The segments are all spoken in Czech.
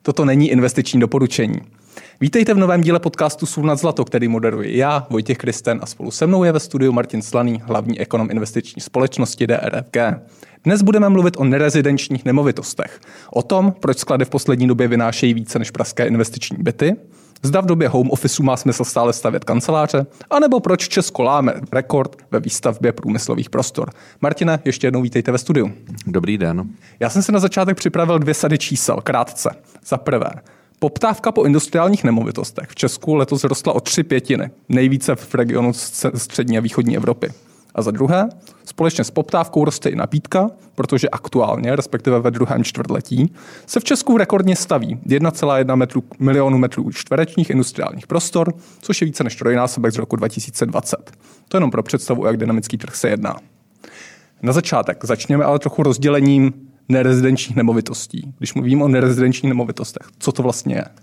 Toto není investiční doporučení. Vítejte v novém díle podcastu Sůl nad zlato, který moderuji já, Vojtěch Kristen, a spolu se mnou je ve studiu Martin Slaný, hlavní ekonom investiční společnosti DRFG. Dnes budeme mluvit o nerezidenčních nemovitostech, o tom, proč sklady v poslední době vynášejí více než pražské investiční byty, zda v době home officeu má smysl stále stavět kanceláře, anebo proč Česko láme rekord ve výstavbě průmyslových prostor. Martine, ještě jednou vítejte ve studiu. Dobrý den. Já jsem si na začátek připravil 2 sady čísel, krátce. Za prvé, poptávka po industriálních nemovitostech v Česku letos rostla o 3/5, nejvíce v regionu střední a východní Evropy. A za druhé, společně s poptávkou roste i nabídka, protože aktuálně, respektive ve druhém čtvrtletí, se v Česku rekordně staví 1,1 milionu metrů čtverečních industriálních prostor, což je více než trojnásobek z roku 2020. To jenom pro představu, jak dynamický trh se jedná. Na začátek začněme ale trochu rozdělením nerezidenčních nemovitostí. Když mluvím o nerezidenčních nemovitostech, co to vlastně je?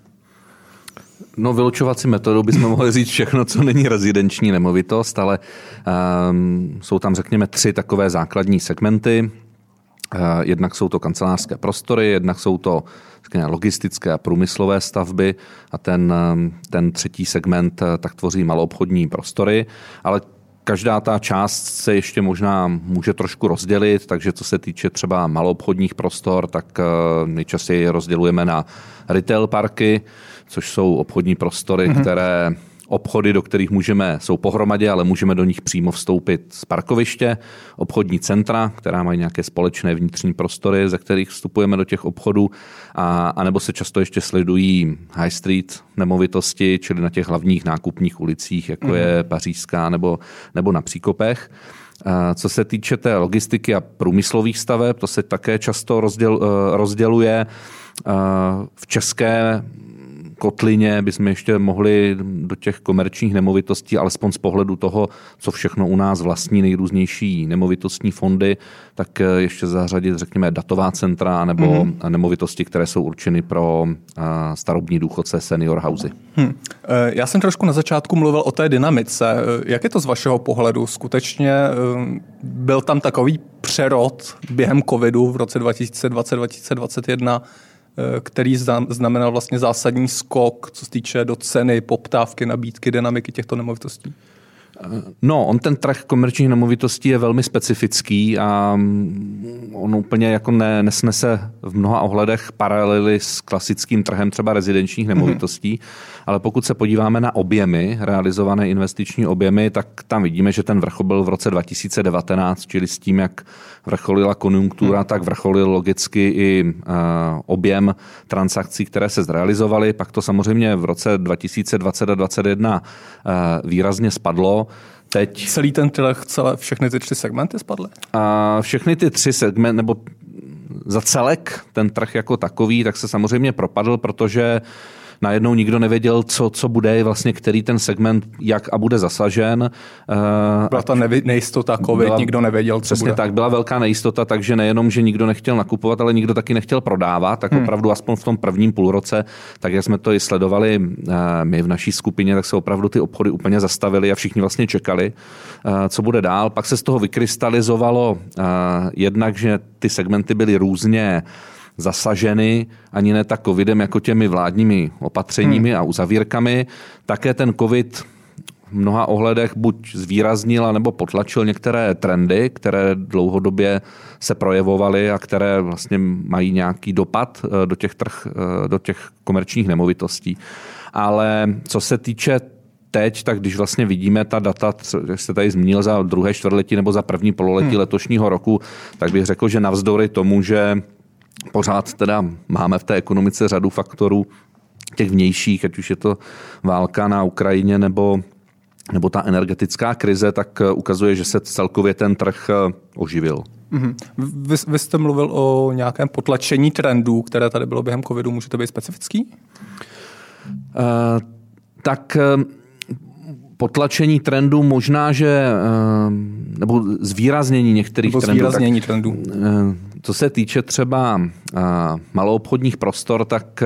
No, vylučovací metodou bychom mohli říct všechno, co není rezidenční nemovitost, ale jsou tam, řekněme, 3 takové základní segmenty. Jednak jsou to kancelářské prostory, jednak jsou to logistické a průmyslové stavby a ten třetí segment tak tvoří maloobchodní prostory, ale každá ta část se ještě možná může trošku rozdělit, takže co se týče třeba maloobchodních prostor, tak nejčastěji rozdělujeme na retail parky, což jsou obchodní prostory, obchody, do kterých jsou pohromadě, ale můžeme do nich přímo vstoupit z parkoviště, obchodní centra, která mají nějaké společné vnitřní prostory, ze kterých vstupujeme do těch obchodů, a nebo se často ještě sledují high street nemovitosti, čili na těch hlavních nákupních ulicích, jako je Pařížská nebo na Příkopech. Co se týče té logistiky a průmyslových staveb, to se také často rozděluje. V české kotlině bychom ještě mohli do těch komerčních nemovitostí, alespoň z pohledu toho, co všechno u nás vlastní nejrůznější nemovitostní fondy, tak ještě zařadit, řekněme, datová centra nebo nemovitosti, které jsou určeny pro starobní důchodce, senior housey. Já jsem trošku na začátku mluvil o té dynamice. Jak je to z vašeho pohledu? Skutečně byl tam takový přerod během covidu v roce 2020-2021, který znamenal vlastně zásadní skok, co se týče do ceny, poptávky, nabídky, dynamiky těchto nemovitostí? No, ten trh komerčních nemovitostí je velmi specifický a on úplně jako nesnese v mnoha ohledech paralely s klasickým trhem třeba rezidenčních nemovitostí, ale pokud se podíváme na objemy, realizované investiční objemy, tak tam vidíme, že ten vrchol byl v roce 2019, čili s tím, jak vrcholila konjunktura, tak vrcholil logicky i objem transakcí, které se zrealizovaly. Pak to samozřejmě v roce 2020 a 2021 výrazně spadlo. Teď celý ten trh, všechny ty 3 segmenty spadly? Všechny ty 3 segmenty, nebo za celek ten trh jako takový, tak se samozřejmě propadl, protože najednou nikdo nevěděl, co bude vlastně, který ten segment jak a bude zasažen. Byla ta nejistota, covid, nikdo nevěděl, co přesně bude. Tak, byla velká nejistota, takže nejenom, že nikdo nechtěl nakupovat, ale nikdo taky nechtěl prodávat, tak opravdu aspoň v tom prvním půlroce, tak jak jsme to i sledovali my v naší skupině, tak se opravdu ty obchody úplně zastavily a všichni vlastně čekali, co bude dál. Pak se z toho vykrystalizovalo jednak, že ty segmenty byly různě zasaženy, ani ne tak covidem, jako těmi vládními opatřeními a uzavírkami. Také ten covid v mnoha ohledech buď zvýraznil, nebo potlačil některé trendy, které dlouhodobě se projevovaly a které vlastně mají nějaký dopad do těch komerčních nemovitostí. Ale co se týče teď, tak když vlastně vidíme ta data, jak jste tady zmínil, za druhé čtvrtletí nebo za první pololetí letošního roku, tak bych řekl, že navzdory tomu, že pořád teda máme v té ekonomice řadu faktorů těch vnějších, ať už je to válka na Ukrajině nebo ta energetická krize, tak ukazuje, že se celkově ten trh oživil. Vy jste mluvil o nějakém potlačení trendů, které tady bylo během covidu. Můžete být specifický? Tak potlačení trendů možná, že nebo zvýraznění některých trendů. Co se týče třeba maloobchodních prostor, tak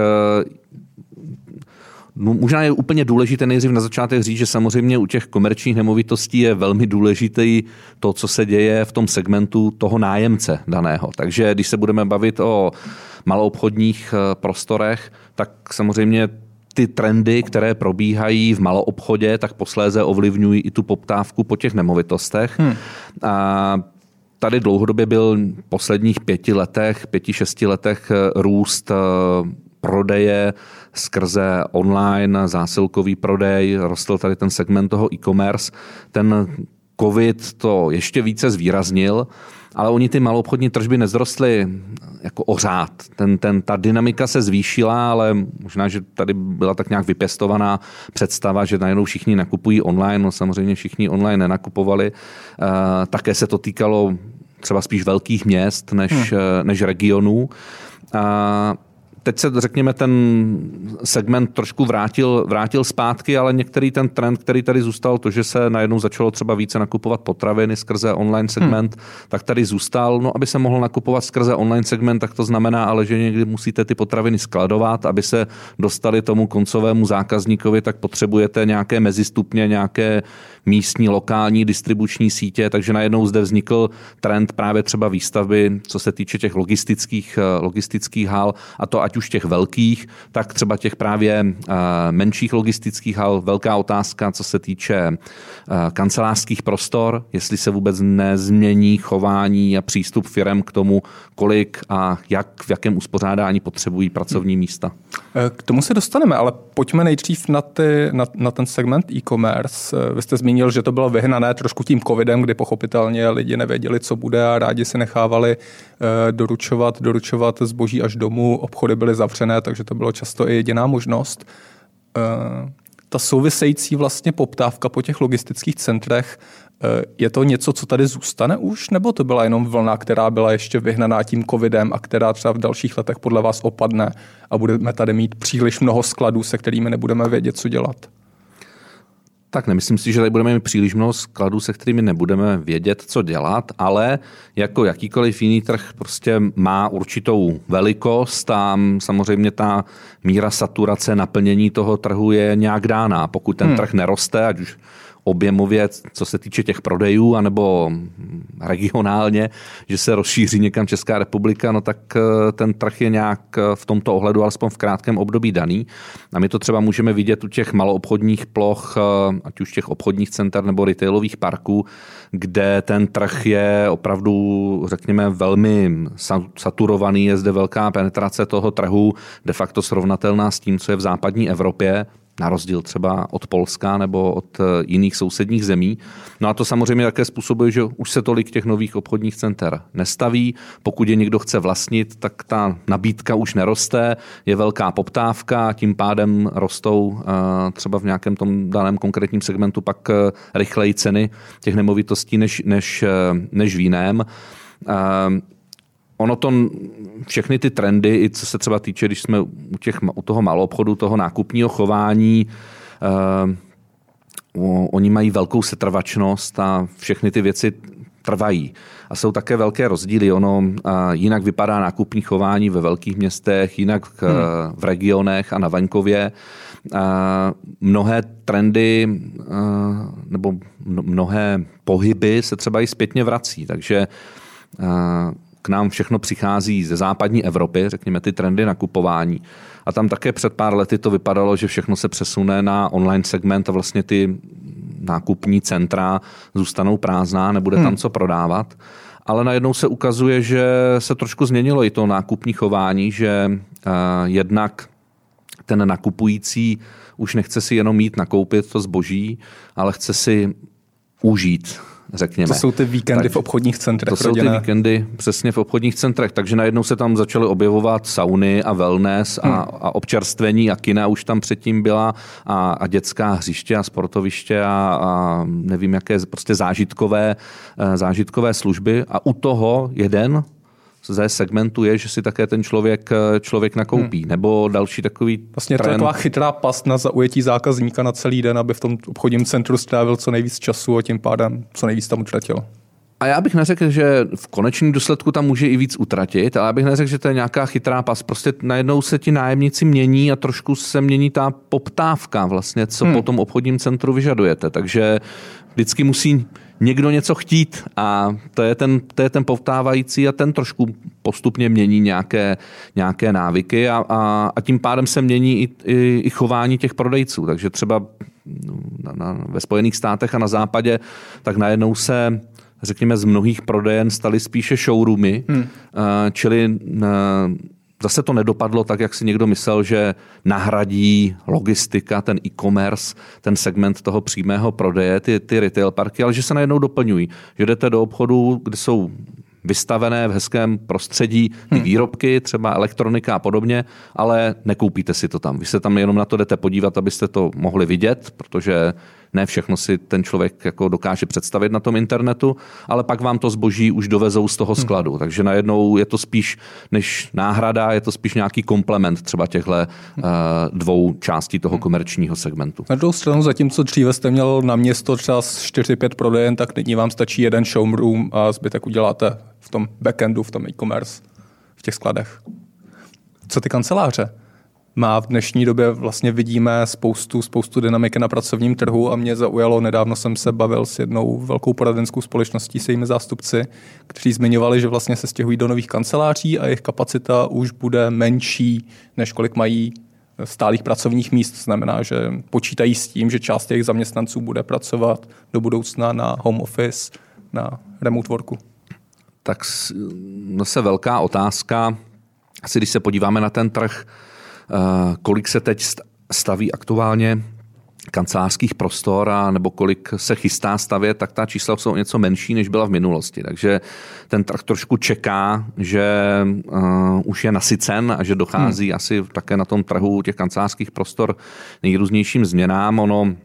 možná je úplně důležité nejdřív na začátek říct, že samozřejmě u těch komerčních nemovitostí je velmi důležitý to, co se děje v tom segmentu toho nájemce daného. Takže když se budeme bavit o maloobchodních prostorech, tak samozřejmě ty trendy, které probíhají v maloobchodě, tak posléze ovlivňují i tu poptávku po těch nemovitostech. A tady dlouhodobě byl v posledních 5-6 letech růst prodeje skrze online, zásilkový prodej, rostl tady ten segment toho e-commerce. Ten COVID to ještě více zvýraznil, ale oni ty maloobchodní tržby nezrostly jako ořád. Ta dynamika se zvýšila, ale možná, že tady byla tak nějak vypěstovaná představa, že najednou všichni nakupují online, no samozřejmě všichni online nenakupovali. Také se to týkalo třeba spíš velkých měst než regionů. Teď se, řekněme, ten segment trošku vrátil zpátky, ale některý ten trend, který tady zůstal, to, že se najednou začalo třeba více nakupovat potraviny skrze online segment, tak tady zůstal. No, aby se mohl nakupovat skrze online segment, tak to znamená ale, že někdy musíte ty potraviny skladovat, aby se dostali tomu koncovému zákazníkovi, tak potřebujete nějaké mezistupně, nějaké místní, lokální distribuční sítě, takže najednou zde vznikl trend právě třeba výstavby, co se týče těch logistických hal, a to ať už těch velkých, tak třeba těch právě menších logistických hal. Velká otázka, co se týče kancelářských prostor, jestli se vůbec nezmění chování a přístup firem k tomu, kolik a v jakém uspořádání potřebují pracovní místa. K tomu se dostaneme, ale pojďme nejdřív na ten segment e-commerce. Vy jste zmínil, že to bylo vyhnané trošku tím covidem, kdy pochopitelně lidi nevěděli, co bude a rádi si nechávali doručovat zboží až domů. Obchody byly zavřené, takže to bylo často i jediná možnost. Ta související vlastně poptávka po těch logistických centrech, je to něco, co tady zůstane už, nebo to byla jenom vlna, která byla ještě vyhnaná tím covidem a která třeba v dalších letech podle vás opadne a budeme tady mít příliš mnoho skladů, se kterými nebudeme vědět, co dělat? Tak nemyslím si, že tady budeme mít příliš mnoho skladů, se kterými nebudeme vědět, co dělat, ale jako jakýkoliv jiný trh prostě má určitou velikost a samozřejmě ta míra saturace, naplnění toho trhu je nějak dána. Pokud ten trh neroste, ať už objemově, co se týče těch prodejů, anebo regionálně, že se rozšíří někam Česká republika, no tak ten trh je nějak v tomto ohledu alespoň v krátkém období daný. A my to třeba můžeme vidět u těch maloobchodních ploch, ať už těch obchodních center nebo retailových parků, kde ten trh je opravdu, řekněme, velmi saturovaný, je zde velká penetrace toho trhu, de facto srovnatelná s tím, co je v západní Evropě, na rozdíl třeba od Polska nebo od jiných sousedních zemí. No a to samozřejmě také způsobuje, že už se tolik těch nových obchodních center nestaví. Pokud je někdo chce vlastnit, tak ta nabídka už neroste, je velká poptávka, tím pádem rostou třeba v nějakém tom daném konkrétním segmentu pak rychleji ceny těch nemovitostí než v jiném. Ono to, všechny ty trendy, i co se třeba týče, když jsme u toho maloobchodu, toho nákupního chování, oni mají velkou setrvačnost a všechny ty věci trvají. A jsou také velké rozdíly. Jinak vypadá nákupní chování ve velkých městech, jinak v regionech a na venkově. Mnohé trendy nebo mnohé pohyby se třeba i zpětně vrací, takže k nám všechno přichází ze západní Evropy, řekněme ty trendy nakupování. A tam také před pár lety to vypadalo, že všechno se přesune na online segment a vlastně ty nákupní centra zůstanou prázdná, nebude tam co prodávat. Ale najednou se ukazuje, že se trošku změnilo i to nákupní chování, že jednak ten nakupující už nechce si jenom jít nakoupit to zboží, ale chce si užít, řekněme. To jsou ty víkendy v obchodních centrech. To jsou ty víkendy přesně v obchodních centrech, takže najednou se tam začaly objevovat sauny a wellness a občerstvení a kina už tam předtím byla a dětská hřiště a sportoviště a nevím, jaké prostě zážitkové služby a u toho jeden ze segmentu je, že si také ten člověk nakoupí. Nebo další takový vlastně trend. To je taková chytrá past na zaujetí zákazníka na celý den, aby v tom obchodním centru strávil co nejvíc času a tím pádem co nejvíc tam utratil. A já bych neřekl, že v konečném důsledku tam může i víc utratit, ale já bych neřekl, že to je nějaká chytrá past. Prostě najednou se ti nájemníci mění a trošku se mění ta poptávka vlastně, co po tom obchodním centru vyžadujete. Takže vždycky musí někdo něco chtít a to je ten povstávající a ten trošku postupně mění nějaké návyky a tím pádem se mění i chování těch prodejců. Takže třeba ve Spojených státech a na západě tak najednou se, řekněme, z mnohých prodejen staly spíše showroomy, čili zase to nedopadlo tak, jak si někdo myslel, že nahradí logistika, ten e-commerce, ten segment toho přímého prodeje, ty retail parky, ale že se najednou doplňují. Že jdete do obchodu, kde jsou vystavené v hezkém prostředí ty výrobky, třeba elektronika a podobně, ale nekoupíte si to tam. Vy se tam jenom na to jdete podívat, abyste to mohli vidět, protože ne všechno si ten člověk jako dokáže představit na tom internetu, ale pak vám to zboží už dovezou z toho skladu. Takže najednou je to spíš než náhrada, je to spíš nějaký komplement třeba těchto dvou částí toho komerčního segmentu. Na druhou stranu, zatímco dříve jste měl na město třeba 4-5 prodejen, tak nyní vám stačí jeden showroom a zbytek uděláte v tom backendu, v tom e-commerce, v těch skladech. Co ty kanceláře? V dnešní době vlastně vidíme spoustu dynamiky na pracovním trhu a mě zaujalo, nedávno jsem se bavil s jednou velkou poradenskou společností, s jejími zástupci, kteří zmiňovali, že vlastně se stěhují do nových kanceláří a jejich kapacita už bude menší, než kolik mají stálých pracovních míst. To znamená, že počítají s tím, že část těch zaměstnanců bude pracovat do budoucna na home office, na remote worku. Tak zase velká otázka, asi když se podíváme na ten trh, kolik se teď staví aktuálně kancelářských prostor a nebo kolik se chystá stavět, tak ta čísla jsou něco menší, než byla v minulosti. Takže ten trh trošku čeká, že už je nasycen a že dochází asi také na tom trhu těch kancelářských prostor nejrůznějším změnám.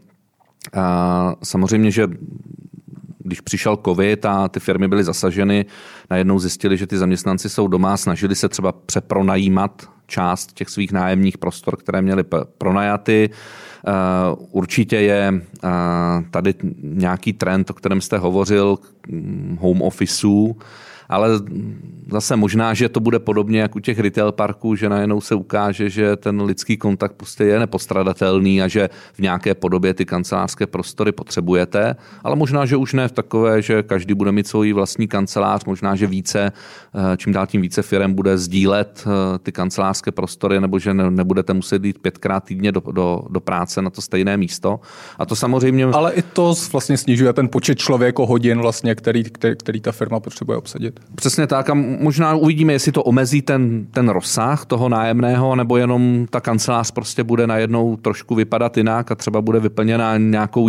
Samozřejmě, že když přišel covid a ty firmy byly zasaženy, najednou zjistili, že ty zaměstnanci jsou doma, snažili se třeba přepronajímat část těch svých nájemních prostor, které měly pronajaty. Určitě je tady nějaký trend, o kterém jste hovořil, home officeů, ale zase možná, že to bude podobně jak u těch retail parků, že najednou se ukáže, že ten lidský kontakt prostě je nepostradatelný a že v nějaké podobě ty kancelářské prostory potřebujete, ale možná, že už ne v takové, že každý bude mít svůj vlastní kancelář, možná, že čím dál tím více firem bude sdílet ty kancelářské prostory, nebo že nebudete muset jít 5krát týdně do práce na to stejné místo. A to samozřejmě... Ale i to vlastně snižuje ten počet člověkohodin, vlastně, který ta firma potřebuje obsadit. Přesně tak a možná uvidíme, jestli to omezí ten rozsah toho nájemného, nebo jenom ta kancelář prostě bude najednou trošku vypadat jinak a třeba bude vyplněna nějakou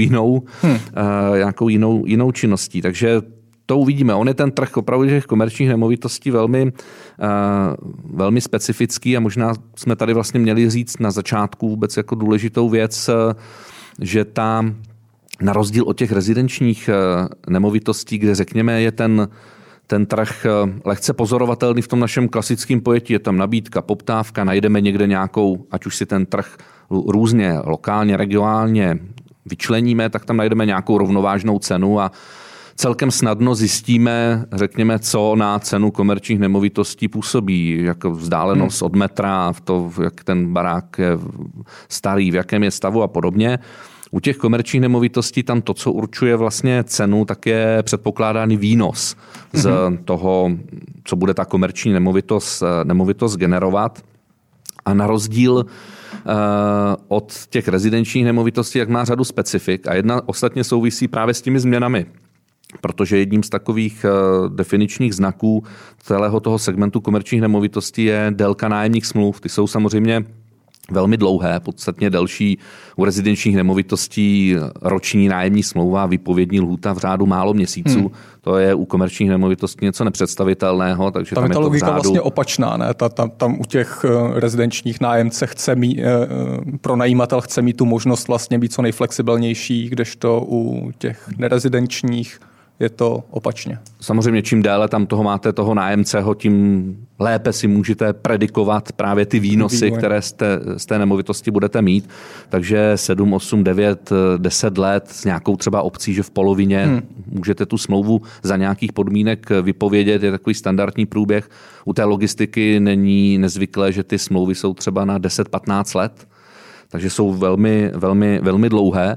jinou činností. Takže to uvidíme. On je ten trh opravdu těch komerčních nemovitostí velmi specifický a možná jsme tady vlastně měli říct na začátku vůbec jako důležitou věc, že na rozdíl od těch rezidenčních nemovitostí, kde řekněme je ten trh lehce pozorovatelný v tom našem klasickém pojetí. Je tam nabídka, poptávka, najdeme někde nějakou, ať už si ten trh různě lokálně, regionálně vyčleníme, tak tam najdeme nějakou rovnovážnou cenu a celkem snadno zjistíme, řekněme, co na cenu komerčních nemovitostí působí, jako vzdálenost od metra, jak ten barák je starý, v jakém je stavu a podobně. U těch komerčních nemovitostí tam to, co určuje vlastně cenu, tak je předpokládaný výnos z toho, co bude ta komerční nemovitost generovat. A na rozdíl od těch rezidenčních nemovitostí, jak má řadu specifik a jedna ostatně souvisí právě s těmi změnami. Protože jedním z takových definičních znaků celého toho segmentu komerčních nemovitostí je délka nájemních smluv. Ty jsou samozřejmě velmi dlouhé, podstatně delší u rezidenčních nemovitostí roční nájemní smlouva, výpovědní lhůta v řádu málo měsíců. To je u komerčních nemovitostí něco nepředstavitelného. Takže tam je ta logika vlastně opačná. Ne? Tam u těch rezidenčních nájemce pronajímatel chce mít tu možnost vlastně být co nejflexibilnější, kdežto u těch nerezidenčních je to opačně. Samozřejmě čím déle tam máte toho nájemceho, tím lépe si můžete predikovat právě ty výnosy, které z té nemovitosti budete mít. Takže 7, 8, 9, 10 let s nějakou třeba opcí, že v polovině můžete tu smlouvu za nějakých podmínek vypovědět, je takový standardní průběh. U té logistiky není nezvyklé, že ty smlouvy jsou třeba na 10-15 let, takže jsou velmi, velmi, velmi dlouhé.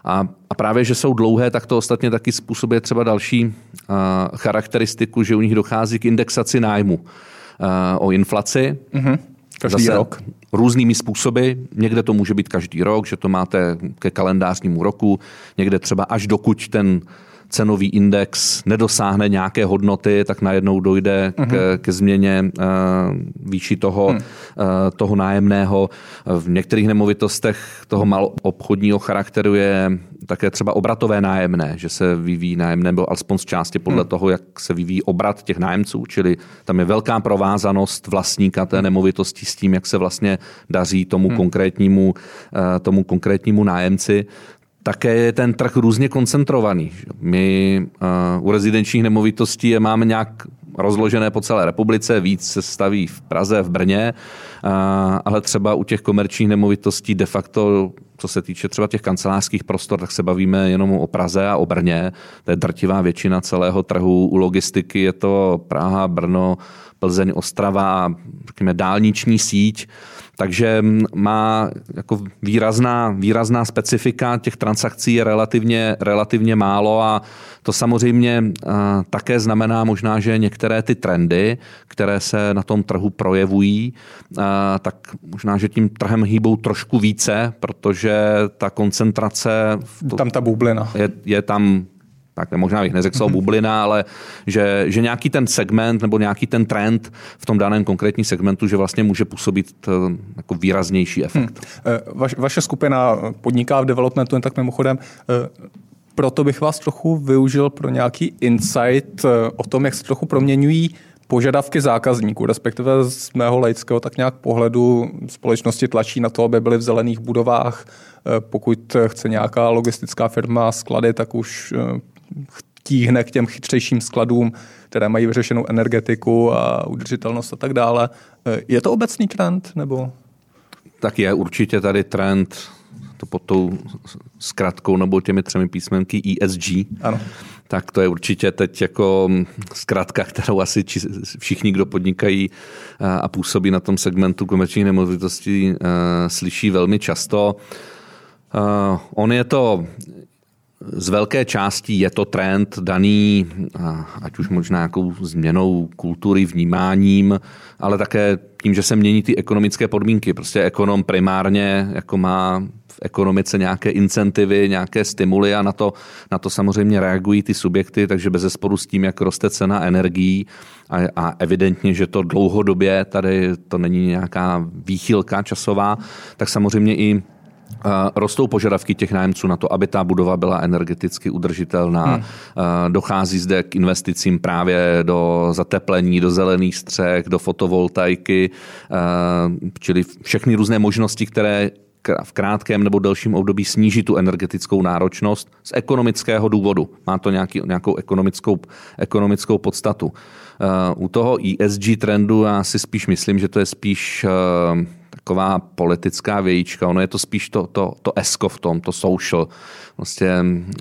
A právě, že jsou dlouhé, tak to ostatně taky způsobuje třeba další charakteristiku, že u nich dochází k indexaci nájmu o inflaci. Každý rok. Různými způsoby. Někde to může být každý rok, že to máte ke kalendářnímu roku, někde třeba až dokud ten cenový index nedosáhne nějaké hodnoty, tak najednou dojde ke změně výši toho nájemného. V některých nemovitostech toho maloobchodního charakteru je také třeba obratové nájemné, že se vyvíjí nájemné, nebo alespoň z části podle toho, jak se vyvíjí obrat těch nájemců, čili tam je velká provázanost vlastníka té nemovitosti s tím, jak se vlastně daří tomu konkrétnímu nájemci. Také je ten trh různě koncentrovaný. My u rezidenčních nemovitostí je máme nějak rozložené po celé republice, víc se staví v Praze, v Brně, ale třeba u těch komerčních nemovitostí de facto, co se týče třeba těch kancelářských prostor, tak se bavíme jenom o Praze a o Brně. To je drtivá většina celého trhu. U logistiky je to Praha, Brno, Plzeň, Ostrava, řekněme dálniční síť. Takže má jako výrazná specifika, těch transakcí je relativně málo a to samozřejmě také znamená možná, že některé ty trendy, které se na tom trhu projevují, tak možná, že tím trhem hýbou trošku více, protože ta koncentrace... Tam ta bublina. Je tam... Tak možná bych neřekl bublina, ale že nějaký ten segment nebo nějaký ten trend v tom daném konkrétním segmentu, že vlastně může působit jako výraznější efekt. Vaše skupina podniká v developmentu, jen tak mimochodem. Proto bych vás trochu využil pro nějaký insight o tom, jak se trochu proměňují požadavky zákazníků, respektive z mého laického tak nějak pohledu společnosti tlačí na to, aby byly v zelených budovách. Pokud chce nějaká logistická firma sklady, tak už tíhne k těm chytřejším skladům, které mají vyřešenou energetiku a udržitelnost a tak dále. Je to obecný trend? Nebo? Tak je určitě tady trend, to pod tou zkratkou nebo těmi 3 písmenky ESG. Ano. Tak to je určitě teď jako zkratka, kterou asi všichni, kdo podnikají a působí na tom segmentu komerčních nemovitostí, slyší velmi často. On je to z velké části je to trend daný, ať už možná nějakou změnou kultury, vnímáním, ale také tím, že se mění ty ekonomické podmínky. Prostě ekonom primárně jako má v ekonomice nějaké incentivy, nějaké stimuly a na to samozřejmě reagují ty subjekty, takže bezesporu s tím, jak roste cena energií a evidentně, že to dlouhodobě, tady to není nějaká výchylka časová, tak samozřejmě i rostou požadavky těch nájemců na to, aby ta budova byla energeticky udržitelná. Dochází zde k investicím právě do zateplení, do zelených střech, do fotovoltaiky, čili všechny různé možnosti, které v krátkém nebo delším období sníží tu energetickou náročnost z ekonomického důvodu. Má to nějakou ekonomickou podstatu. U toho ESG trendu já si spíš myslím, že to je spíš taková politická vějíčka. Ono je to spíš to esko v tom, to social. Vlastně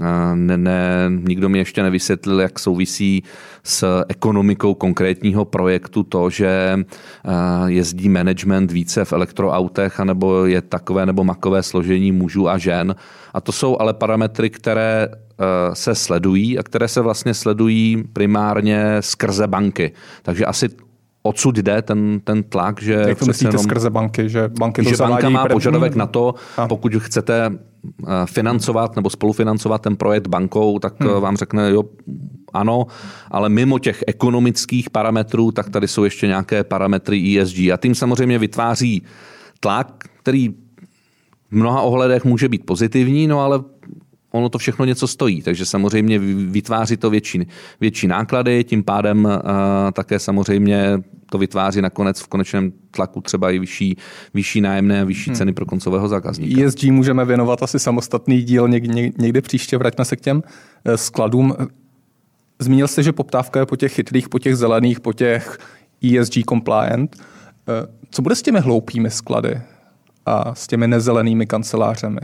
nikdo mi ještě nevysvětlil, jak souvisí s ekonomikou konkrétního projektu to, že jezdí management více v elektroautech, anebo je takové nebo makové složení mužů a žen. A to jsou ale parametry, které se sledují a které se vlastně sledují primárně skrze banky. Takže asi odsud jde ten tlak, že... Jak to myslíte skrze banky? Že banky to zavádějí? Banka má požadavek na to, pokud chcete financovat nebo spolufinancovat ten projekt bankou, tak vám řekne, jo, ano, ale mimo těch ekonomických parametrů, tak tady jsou ještě nějaké parametry ESG. A tím samozřejmě vytváří tlak, který v mnoha ohledech může být pozitivní, no ale ono to všechno něco stojí, takže samozřejmě vytváří to větší náklady, tím pádem také samozřejmě to vytváří nakonec v konečném tlaku třeba i vyšší nájemné a vyšší ceny pro koncového zákazníka. ESG můžeme věnovat asi samostatný díl někdy příště, vraťme se k těm skladům. Zmínil jste, že poptávka je po těch chytrých, po těch zelených, po těch ESG compliant. Co bude s těmi hloupými sklady a s těmi nezelenými kancelářemi?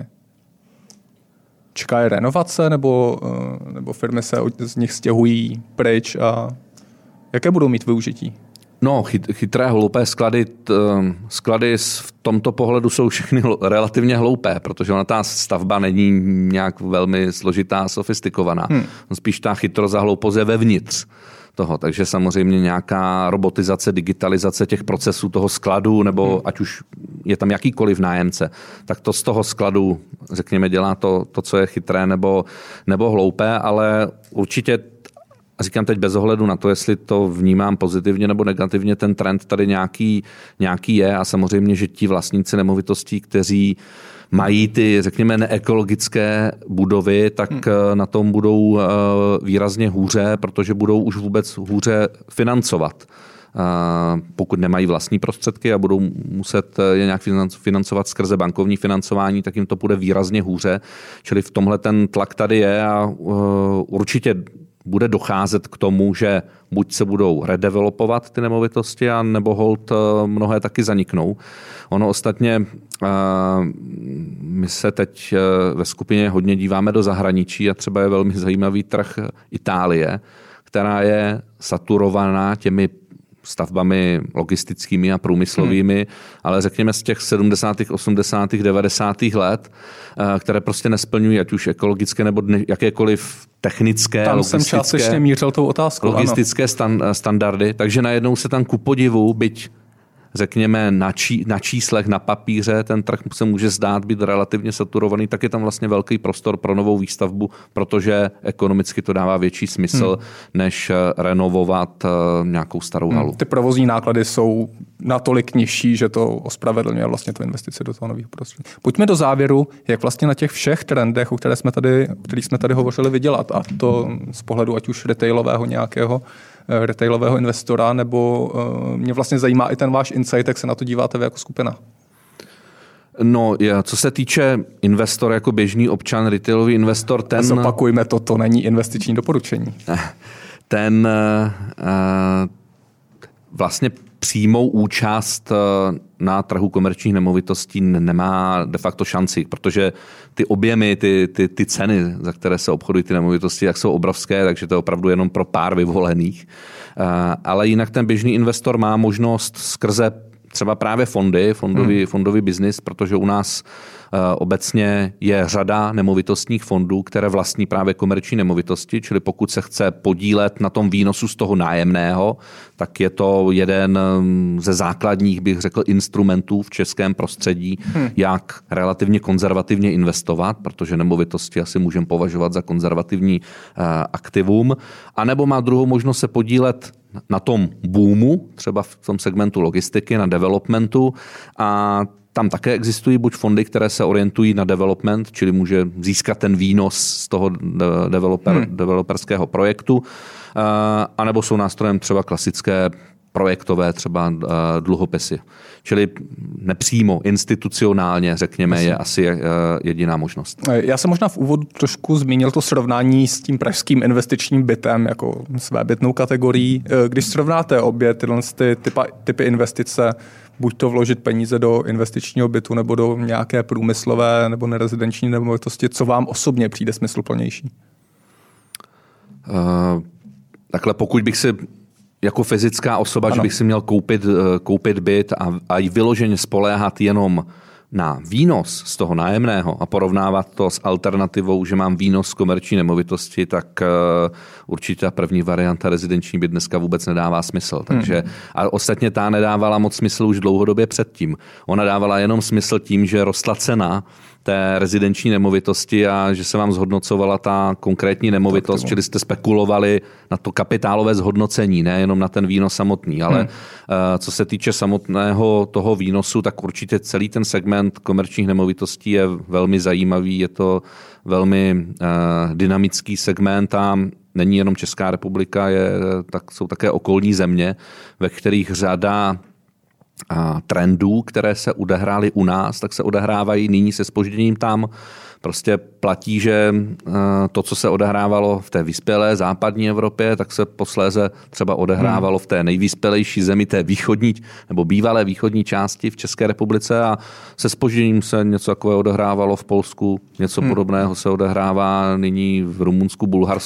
Čeká je renovace nebo firmy se z nich stěhují pryč a jaké budou mít využití? No, chytré hloupé sklady. Sklady v tomto pohledu jsou všechny relativně hloupé, protože ona ta stavba není nějak velmi složitá, sofistikovaná. Spíš ta chytrost a hloupost je vevnitř toho. Takže samozřejmě nějaká robotizace, digitalizace těch procesů toho skladu, nebo ať už je tam jakýkoliv nájemce, tak to z toho skladu, řekněme, dělá to co je chytré nebo hloupé, ale určitě, a říkám teď bez ohledu na to, jestli to vnímám pozitivně nebo negativně, ten trend tady nějaký je a samozřejmě, že ti vlastníci nemovitostí, kteří mají ty, řekněme, neekologické budovy, tak na tom budou výrazně hůře, protože budou už vůbec hůře financovat. Pokud nemají vlastní prostředky a budou muset je nějak financovat skrze bankovní financování, tak jim to bude výrazně hůře. Čili v tomhle ten tlak tady je a určitě bude docházet k tomu, že buď se budou redevelopovat ty nemovitosti, a nebo holt mnohé taky zaniknou. Ono ostatně, my se teď ve skupině hodně díváme do zahraničí a třeba je velmi zajímavý trh Itálie, která je saturovaná těmi stavbami logistickými a průmyslovými, ale řekněme z těch 70., 80., 90. let, které prostě nesplňují ať už ekologické nebo jakékoliv technické, tam jsem částečně mířil tou otázkou, logistické standardy, takže najednou se tam ku podivu, byť řekněme na číslech, na papíře, ten trh se může zdát být relativně saturovaný, tak je tam vlastně velký prostor pro novou výstavbu, protože ekonomicky to dává větší smysl, než renovovat nějakou starou halu. Ty provozní náklady jsou natolik nižší, že to ospravedlňuje vlastně tu investici do toho nového prostředí. Pojďme do závěru, jak vlastně na těch všech trendech, o kterých jsme tady hovořili, vydělat. A to z pohledu ať už retailového investora, nebo mě vlastně zajímá i ten váš insight, jak se na to díváte vy jako skupina. No, co se týče investor jako běžný občan, retailový investor, ten... Zopakujme to není investiční doporučení. Ten vlastně přímou účast na trhu komerčních nemovitostí nemá de facto šanci, protože ty objemy, ty ceny, za které se obchodují ty nemovitosti, tak jsou obrovské, takže to je opravdu jenom pro pár vyvolených. Ale jinak ten běžný investor má možnost skrze třeba právě fondový biznis, protože u nás obecně je řada nemovitostních fondů, které vlastní právě komerční nemovitosti, čili pokud se chce podílet na tom výnosu z toho nájemného, tak je to jeden ze základních, bych řekl, instrumentů v českém prostředí, jak relativně konzervativně investovat, protože nemovitosti asi můžeme považovat za konzervativní aktivum, anebo má druhou možnost se podílet na tom boomu, třeba v tom segmentu logistiky, na developmentu, a tam také existují buď fondy, které se orientují na development, čili může získat ten výnos z toho developerského projektu, anebo jsou nástrojem třeba klasické projektové třeba dluhopisy. Čili nepřímo, institucionálně, řekněme, je asi jediná možnost. Já jsem možná v úvodu trošku zmínil to srovnání s tím pražským investičním bytem jako svébytnou kategorií. Když srovnáte obě typy investice, buď to vložit peníze do investičního bytu nebo do nějaké průmyslové nebo nerezidenční nemovitosti, co vám osobně přijde smysluplnější? Takhle pokud bych si jako fyzická osoba, že bych si měl koupit byt a vyloženě spoléhat jenom na výnos z toho nájemného a porovnávat to s alternativou, že mám výnos z komerční nemovitosti, tak určitě ta první varianta rezidenční byt dneska vůbec nedává smysl. Takže, a ostatně ta nedávala moc smysl už dlouhodobě předtím. Ona dávala jenom smysl tím, že rostla cena té rezidenční nemovitosti a že se vám zhodnocovala ta konkrétní nemovitost, čili jste spekulovali na to kapitálové zhodnocení, ne jenom na ten výnos samotný, ale co se týče samotného toho výnosu, tak určitě celý ten segment komerčních nemovitostí je velmi zajímavý, je to velmi dynamický segment a není jenom Česká republika, jsou také okolní země, ve kterých řada trendů, které se odehrály u nás, tak se odehrávají nyní se zpožděním tam. Prostě platí, že to, co se odehrávalo v té vyspělé západní Evropě, tak se posléze třeba odehrávalo v té nejvyspělejší zemi, té východní nebo bývalé východní části v České republice a se zpožděním se něco takového odehrávalo v Polsku, něco podobného se odehrává nyní v Rumunsku, Bulharsku.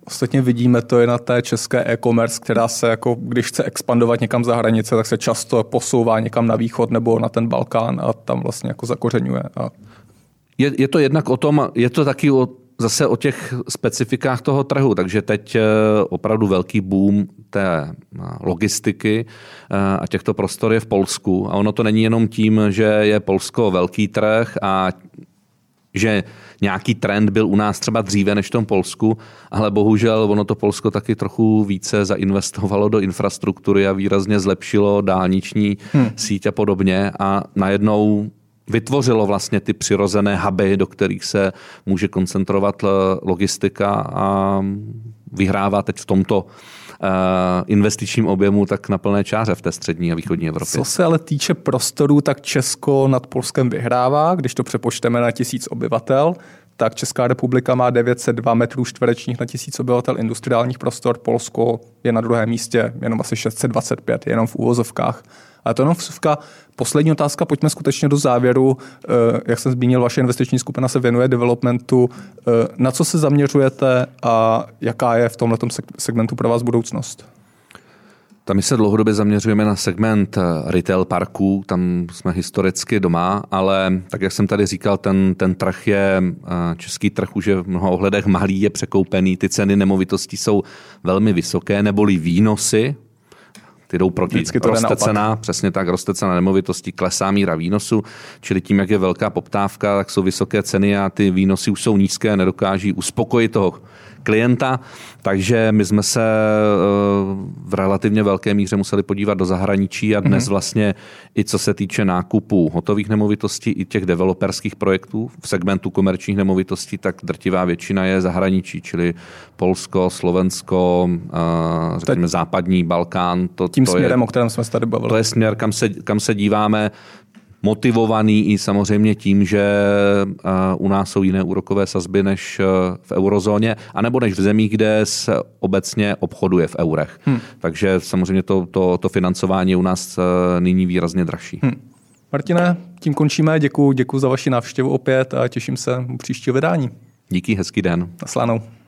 Ostatně vidíme to i na té české e-commerce, která se jako, když chce expandovat někam za hranice, tak se často posouvá někam na východ nebo na ten Balkán a tam vlastně jako zakořeňuje. Je to jednak o tom, je to taky zase o těch specifikách toho trhu, takže teď opravdu velký boom té logistiky a těchto prostor je v Polsku. A ono to není jenom tím, že je Polsko velký trh a že nějaký trend byl u nás třeba dříve než v tom Polsku, ale bohužel ono to Polsko taky trochu více zainvestovalo do infrastruktury a výrazně zlepšilo dálniční síť a podobně a najednou vytvořilo vlastně ty přirozené huby, do kterých se může koncentrovat logistika a vyhrává teď v tomto investičním objemu tak na plné čáře v té střední a východní Evropě. Co se ale týče prostoru, tak Česko nad Polskem vyhrává, když to přepočteme na 1000 obyvatel, tak Česká republika má 902 metrů čtverečních na 1000 obyvatel industriálních prostor, Polsko je na druhém místě jenom asi 625, jenom v úvozovkách. A to jenom vsuvka. Poslední otázka, pojďme skutečně do závěru. Jak jsem zmínil, vaše investiční skupina se věnuje developmentu. Na co se zaměřujete a jaká je v tomto segmentu pro vás budoucnost? Tam my se dlouhodobě zaměřujeme na segment retail parků, tam jsme historicky doma, ale tak, jak jsem tady říkal, ten trh je, český trh už je v mnoha ohledech malý, je překoupený, ty ceny nemovitostí jsou velmi vysoké, neboli výnosy, ty jdou proti, roste cena, přesně tak, roste cena nemovitostí, klesá míra výnosu, čili tím, jak je velká poptávka, tak jsou vysoké ceny a ty výnosy už jsou nízké, nedokáží uspokojit toho klienta, takže my jsme se v relativně velké míře museli podívat do zahraničí a dnes vlastně i co se týče nákupu hotových nemovitostí i těch developerských projektů v segmentu komerčních nemovitostí, tak drtivá většina je zahraničí, čili Polsko, Slovensko, řekněme západní Balkán. Tím směrem, o kterém jsme se tady bavili. To je směr, kam se díváme, motivovaný i samozřejmě tím, že u nás jsou jiné úrokové sazby než v eurozóně, anebo než v zemích, kde se obecně obchoduje v eurech. Takže samozřejmě to financování je u nás nyní výrazně dražší. Martine, tím končíme. Děkuji za vaši návštěvu opět a těším se u příštího vydání. Díky, hezký den. Naslánou.